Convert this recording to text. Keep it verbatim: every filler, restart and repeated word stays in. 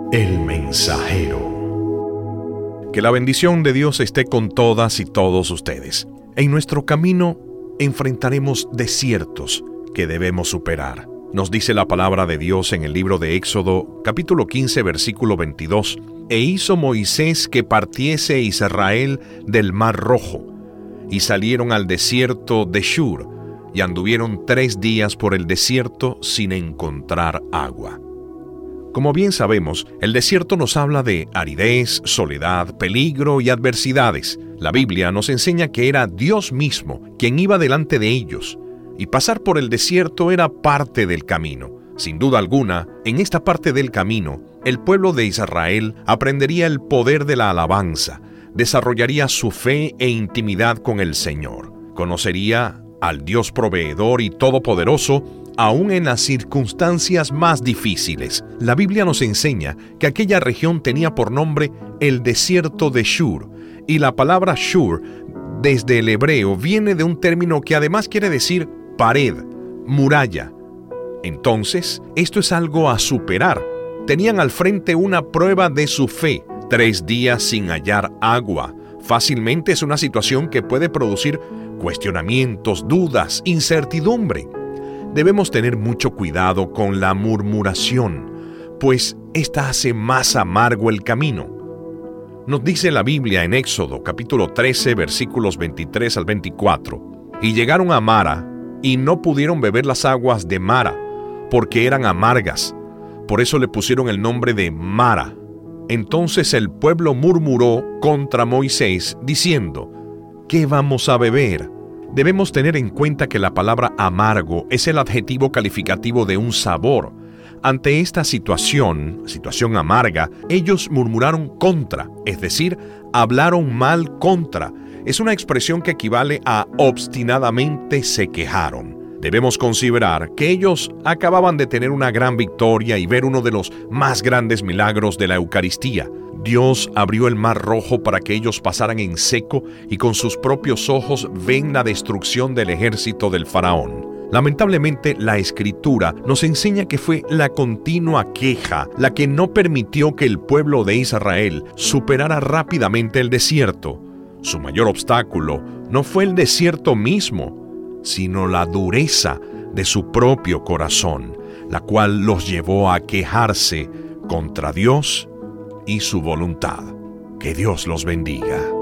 El Mensajero. Que la bendición de Dios esté con todas y todos ustedes. En nuestro camino enfrentaremos desiertos que debemos superar. Nos dice la palabra de Dios en el libro de Éxodo, capítulo quince, versículo veintidós. E hizo Moisés que partiese Israel del Mar Rojo, y salieron al desierto de Shur, y anduvieron tres días por el desierto sin encontrar agua. Como bien sabemos, el desierto nos habla de aridez, soledad, peligro y adversidades. La Biblia nos enseña que era Dios mismo quien iba delante de ellos, y pasar por el desierto era parte del camino. Sin duda alguna, en esta parte del camino, el pueblo de Israel aprendería el poder de la alabanza, desarrollaría su fe e intimidad con el Señor, conocería al Dios proveedor y todopoderoso, aún en las circunstancias más difíciles. La Biblia nos enseña que aquella región tenía por nombre el desierto de Shur, y la palabra Shur, desde el hebreo, viene de un término que además quiere decir pared, muralla. Entonces, esto es algo a superar. Tenían al frente una prueba de su fe, tres días sin hallar agua. Fácilmente es una situación que puede producir cuestionamientos, dudas, incertidumbre. Debemos tener mucho cuidado con la murmuración, pues esta hace más amargo el camino. Nos dice la Biblia en Éxodo, capítulo trece, versículos veintitrés al veinticuatro. Y llegaron a Mara, y no pudieron beber las aguas de Mara, porque eran amargas. Por eso le pusieron el nombre de Mara. Entonces el pueblo murmuró contra Moisés, diciendo: ¿qué vamos a beber? Debemos tener en cuenta que la palabra amargo es el adjetivo calificativo de un sabor. Ante esta situación, situación amarga, ellos murmuraron contra, es decir, hablaron mal contra. Es una expresión que equivale a obstinadamente se quejaron. Debemos considerar que ellos acababan de tener una gran victoria y ver uno de los más grandes milagros de la Eucaristía. Dios abrió el Mar Rojo para que ellos pasaran en seco y con sus propios ojos ven la destrucción del ejército del faraón. Lamentablemente, la Escritura nos enseña que fue la continua queja la que no permitió que el pueblo de Israel superara rápidamente el desierto. Su mayor obstáculo no fue el desierto mismo, sino la dureza de su propio corazón, la cual los llevó a quejarse contra Dios y su voluntad. Que Dios los bendiga.